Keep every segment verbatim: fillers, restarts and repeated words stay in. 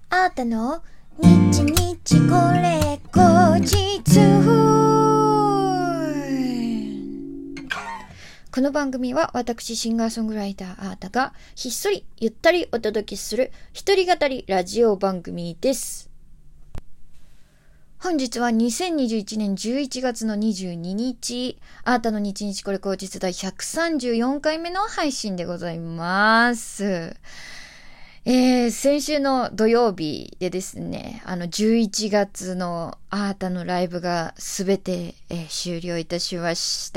あーたの日日これ後日。この番組は私シンガーソングライターあーたがひっそりゆったりお届けする一人語りラジオ番組です。本日はにせんにじゅういちねんじゅういちがつのにじゅうににち、あーたの日日これ後日第ひゃくさんじゅうよんかいめの配信でございます。えー、先週の土曜日でですね、あのじゅういちがつのあーたのライブがすべて、えー、終了いたしました、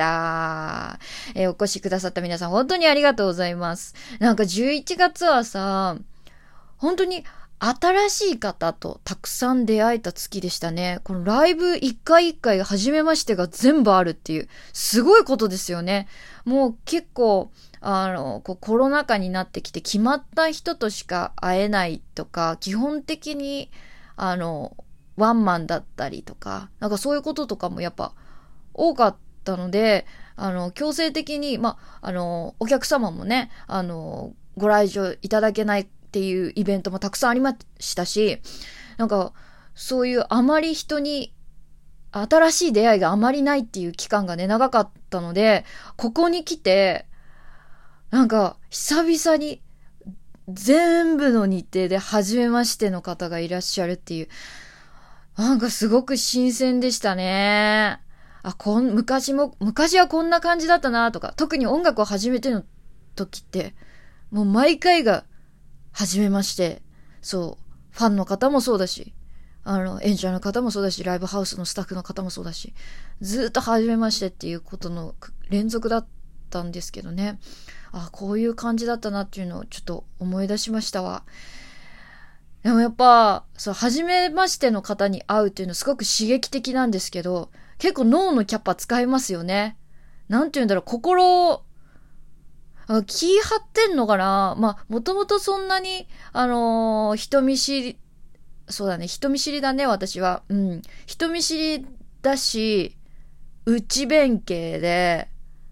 えー。お越しくださった皆さん本当にありがとうございます。なんかじゅういちがつはさ、本当に新しい方とたくさん出会えた月でしたね。このライブ一回一回初めましてが全部あるっていうすごいことですよね。もう結構あのこうコロナ禍になってきて決まった人としか会えないとか、基本的にあのワンマンだったりとか、なんかそういうこととかもやっぱ多かったので、あの強制的にまあのお客様もね、あのご来場いただけないっていうイベントもたくさんありましたし、なんかそういうあまり人に新しい出会いがあまりないっていう期間がね長かったので、ここに来てなんか久々に全部の日程で初めましての方がいらっしゃるっていう、なんかすごく新鮮でしたね。あ、こん昔も昔はこんな感じだったなとか、特に音楽を始めての時ってもう毎回が初めまして。そう。ファンの方もそうだし、あの、演者の方もそうだし、ライブハウスのスタッフの方もそうだし、ずっと初めましてっていうことの連続だったんですけどね。あ、こういう感じだったなっていうのをちょっと思い出しましたわ。でもやっぱ、そう、初めましての方に会うっていうのはすごく刺激的なんですけど、結構脳のキャパ使いますよね。なんて言うんだろう、心、気張ってんのかな。まあ、もともとそんなに、あのー、人見知り、そうだね、人見知りだね、私は。うん。人見知りだし、内弁慶で、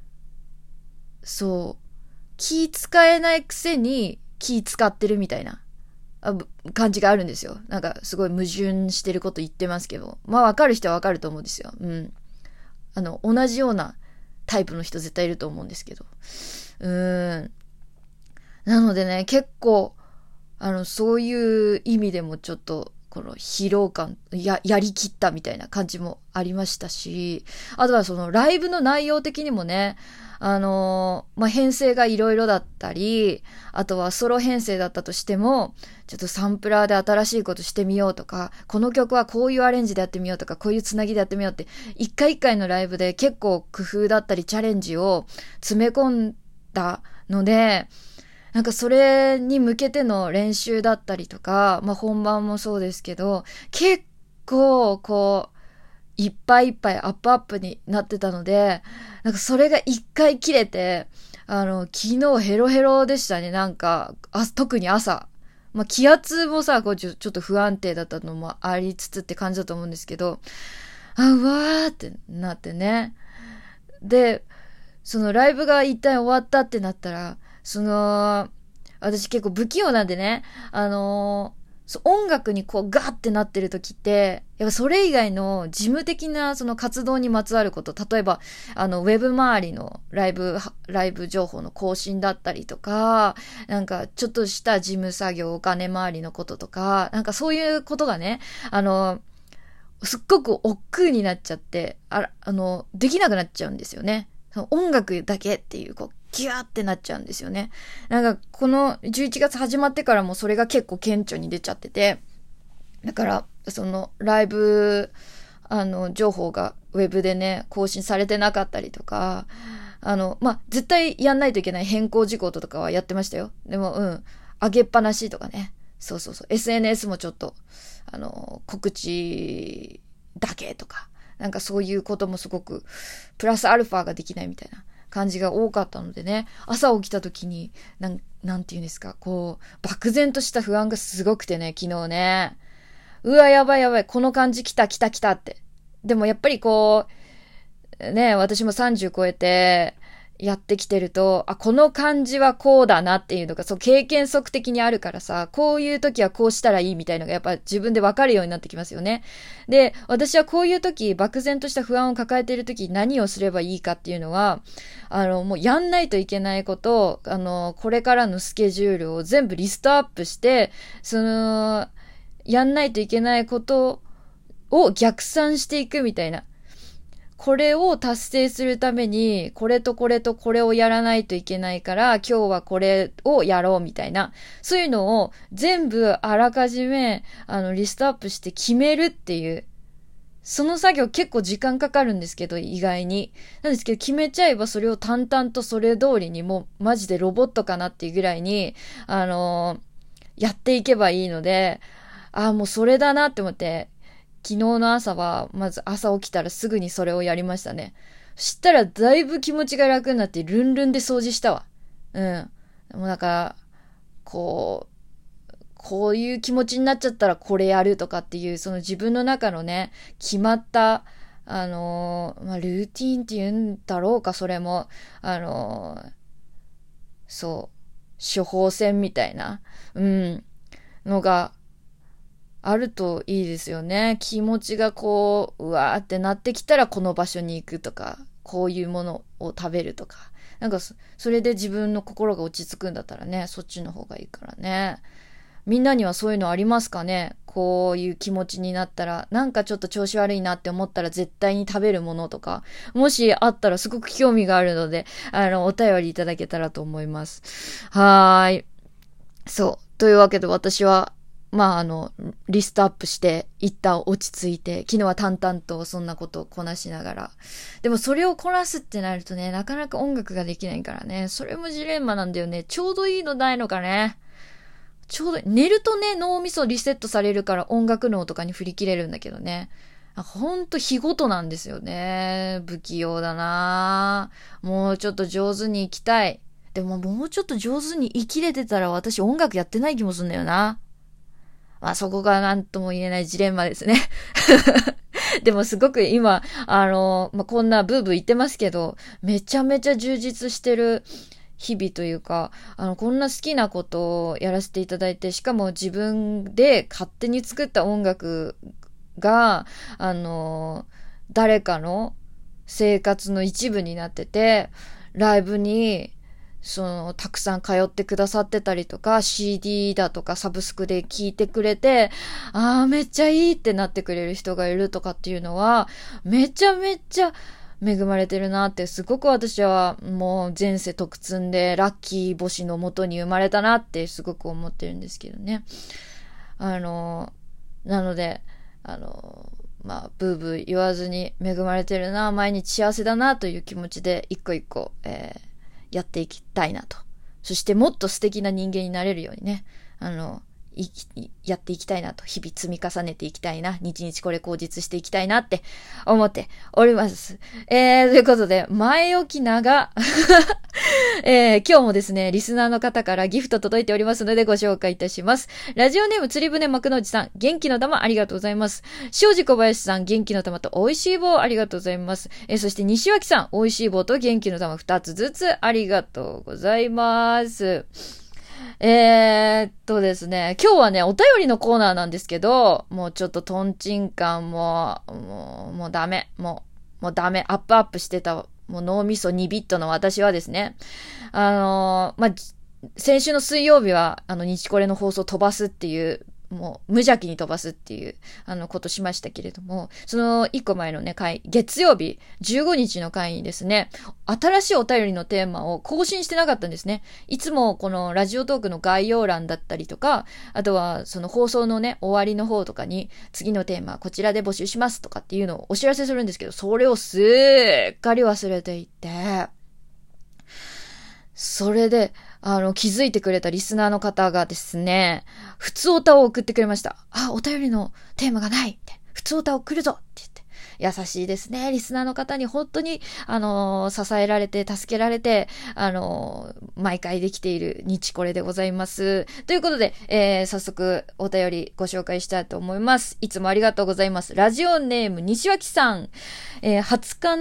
そう、気使えないくせに気使ってるみたいなあ感じがあるんですよ。なんか、すごい矛盾してること言ってますけど。まあ、わかる人はわかると思うんですよ。うん。あの、同じようなタイプの人絶対いると思うんですけど。うーん。なのでね、結構、あの、そういう意味でもちょっと、この疲労感、や、やりきったみたいな感じもありましたし、あとはそのライブの内容的にもね、あのー、まあ、編成がいろいろだったり、あとはソロ編成だったとしても、ちょっとサンプラーで新しいことしてみようとか、この曲はこういうアレンジでやってみようとか、こういうつなぎでやってみようって、一回一回のライブで結構工夫だったりチャレンジを詰め込んだので、なんかそれに向けての練習だったりとか、まあ本番もそうですけど、結構こう、いっぱいいっぱいアップアップになってたので、なんかそれが一回切れて、あの、昨日ヘロヘロでしたね、なんか、あ、特に朝。まあ気圧もさ、こうちょ、ちょっと不安定だったのもありつつって感じだと思うんですけど、あ、うわーってなってね。で、そのライブが一旦終わったってなったら、その、私結構不器用なんでね、あのー、音楽にこうガーってなってる時って、やっぱそれ以外の事務的なその活動にまつわること、例えば、あの、ウェブ周りのライブ、ライブ情報の更新だったりとか、なんかちょっとした事務作業、お金周りのこととか、なんかそういうことがね、あの、すっごく億劫になっちゃって、あ、あの、できなくなっちゃうんですよね。その音楽だけっていう、こう、ギューってなっちゃうんですよね。なんか、このじゅういちがつ始まってからもそれが結構顕著に出ちゃってて、だから、その、ライブ、あの、情報がウェブでね、更新されてなかったりとか、あの、まあ、絶対やんないといけない変更事項とかはやってましたよ。でも、うん、上げっぱなしとかね。そうそうそう。エスエヌエス もちょっと、あの、告知だけとか、なんかそういうこともすごく、プラスアルファができないみたいな感じが多かったのでね、朝起きた時に、なん、なんていうんですか、こう、漠然とした不安がすごくてね、昨日ね。うわ、やばいやばい、この感じ来た来た来たって。でもやっぱりこう、ね、私もさんじゅう超えて、 やってきてると、あ、この感じはこうだなっていうのが、そう経験則的にあるからさ、こういう時はこうしたらいいみたいなのがやっぱ自分でわかるようになってきますよね。で、私はこういう時、漠然とした不安を抱えている時何をすればいいかっていうのは、あの、もうやんないといけないこと、あの、これからのスケジュールを全部リストアップして、その、やんないといけないことを逆算していくみたいな。これを達成するために、これとこれとこれをやらないといけないから、今日はこれをやろうみたいな。そういうのを全部あらかじめ、あの、リストアップして決めるっていう。その作業結構時間かかるんですけど、意外に。なんですけど、決めちゃえばそれを淡々とそれ通りに、もうマジでロボットかなっていうぐらいに、あのー、やっていけばいいので、ああ、もうそれだなって思って、昨日の朝は、まず朝起きたらすぐにそれをやりましたね。そしたらだいぶ気持ちが楽になってルンルンで掃除したわ。うん。もうなんか、こう、こういう気持ちになっちゃったらこれやるとかっていう、その自分の中のね、決まった、あのー、まあ、ルーティーンって言うんだろうか、それも。あのー、そう、処方箋みたいな、うん、のが、あるといいですよね。気持ちがこう、うわーってなってきたらこの場所に行くとか、こういうものを食べるとか。なんかそ、それで自分の心が落ち着くんだったらね、そっちの方がいいからね。みんなにはそういうのありますかね？こういう気持ちになったら、なんかちょっと調子悪いなって思ったら絶対に食べるものとか、もしあったらすごく興味があるので、あの、お便りいただけたらと思います。はーい。そう。というわけで私は、まああの、リストアップして、一旦落ち着いて、昨日は淡々とそんなことをこなしながら。でもそれをこなすってなるとね、なかなか音楽ができないからね、それもジレンマなんだよね。ちょうどいいのないのかね。ちょうど、寝るとね、脳みそリセットされるから音楽脳とかに振り切れるんだけどね。ほんと日ごとなんですよね。不器用だなもうちょっと上手に生きたい。でももうちょっと上手に生きれてたら私音楽やってない気もするんだよな。まあそこがなんとも言えないジレンマですね。でもすごく今、あの、まあ、こんなブーブー言ってますけど、めちゃめちゃ充実してる日々というか、あの、こんな好きなことをやらせていただいて、しかも自分で勝手に作った音楽が、あの、誰かの生活の一部になってて、ライブに、その、たくさん通ってくださってたりとか、シーディー だとかサブスクで聞いてくれて、あーめっちゃいいってなってくれる人がいるとかっていうのは、めちゃめちゃ恵まれてるなって、すごく私はもう前世特積でラッキー星のもとに生まれたなってすごく思ってるんですけどね。あの、なので、あの、まあ、ブーブー言わずに恵まれてるな、毎日幸せだなという気持ちで一個一個、えーやっていきたいなと。そしてもっと素敵な人間になれるようにね、あの、いやっていきたいなと。日々積み重ねていきたいな。日々これ口実していきたいなって思っております。えー、ということで、前置き長。えー、今日もですね、リスナーの方からギフト届いておりますのでご紹介いたします。ラジオネーム釣り船幕の内さん、元気の玉ありがとうございます。庄司小林さん、元気の玉と美味しい棒ありがとうございます。えー、そして西脇さん、美味しい棒と元気の玉ふたつずつありがとうございます。えーっとですね、今日はね、お便りのコーナーなんですけど、もうちょっとトンチンカンも、もう、もうダメ。もう、もうダメ。アップアップしてた、もう脳みそにビットの私はですね、あのー、まあ、先週の水曜日は、あの、日コレの放送飛ばすっていう、もう無邪気に飛ばすっていう、あの、ことしましたけれども、その一個前のね、回、月曜日、じゅうごにちの回にですね、新しいお便りのテーマを更新してなかったんですね。いつもこのラジオトークの概要欄だったりとか、あとはその放送のね、終わりの方とかに、次のテーマはこちらで募集しますとかっていうのをお知らせするんですけど、それをすっかり忘れていて、それで、あの、気づいてくれたリスナーの方がですね、普通歌を送ってくれました。あ、お便りのテーマがないって。普通歌を送るぞって言って。優しいですね。リスナーの方に本当に、あのー、支えられて、助けられて、あのー、毎回できている日これでございます。ということで、えー、早速お便りご紹介したいと思います。いつもありがとうございます。ラジオネーム西脇さん。えー、はつかの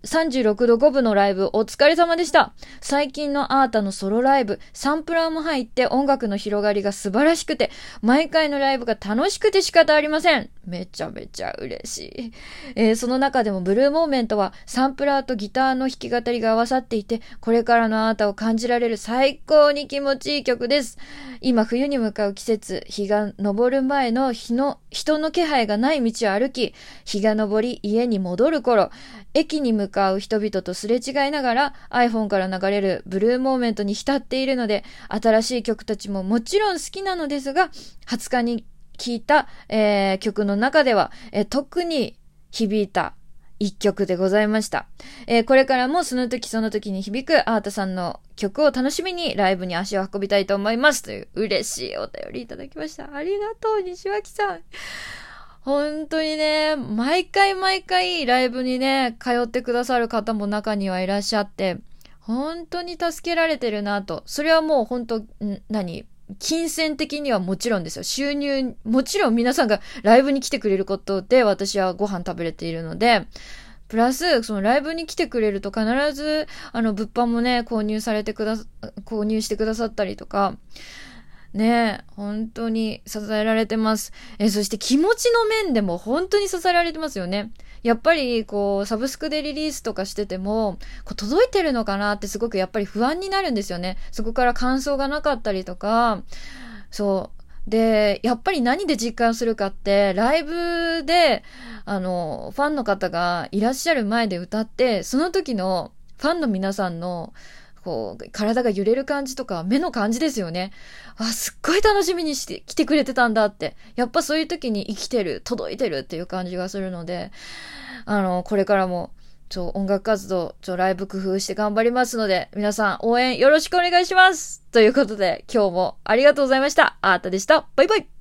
さんじゅうろくどごぶのライブお疲れ様でした。最近のアータのソロライブ、サンプラーも入って音楽の広がりが素晴らしくて、毎回のライブが楽しくて仕方ありません。めちゃめちゃ嬉しい。えー、その中でもブルーモーメントはサンプラーとギターの弾き語りが合わさっていて、これからのアータを感じられる最高に気持ちいい曲です。今冬に向かう季節、日が昇る前の日の人の気配がない道を歩き、日が昇り家に戻る頃、駅に向かう人々とすれ違いながら iPhone から流れるブルーモーメントに浸っているので、新しい曲たちももちろん好きなのですが、はつかに聴いた、えー、曲の中では、えー、特に響いた一曲でございました。えー、これからもその時その時に響くアータさんの曲を楽しみにライブに足を運びたいと思います。という嬉しいお便りいただきました。ありがとう、西脇さん。本当にね、毎回毎回ライブにね、通ってくださる方も中にはいらっしゃって、本当に助けられてるなと。それはもう本当、ん何金銭的にはもちろんですよ。収入、もちろん皆さんがライブに来てくれることで私はご飯食べれているので、プラス、そのライブに来てくれると必ず、あの、物販もね、購入されてくだ、購入してくださったりとか、ねえ、本当に支えられてます。え、そして気持ちの面でも本当に支えられてますよね。やっぱり、こう、サブスクでリリースとかしてても、こう届いてるのかなってすごくやっぱり不安になるんですよね。そこから感想がなかったりとか、そう。で、やっぱり何で実感するかって、ライブで、あの、ファンの方がいらっしゃる前で歌って、その時のファンの皆さんの、こう、体が揺れる感じとか、目の感じですよね。あ、すっごい楽しみにして来てくれてたんだって。やっぱそういう時に生きてる、届いてるっていう感じがするので、あの、これからも、ちょ、音楽活動、ちょ、ライブ工夫して頑張りますので、皆さん応援よろしくお願いします。ということで、今日もありがとうございました。あーたでした。バイバイ。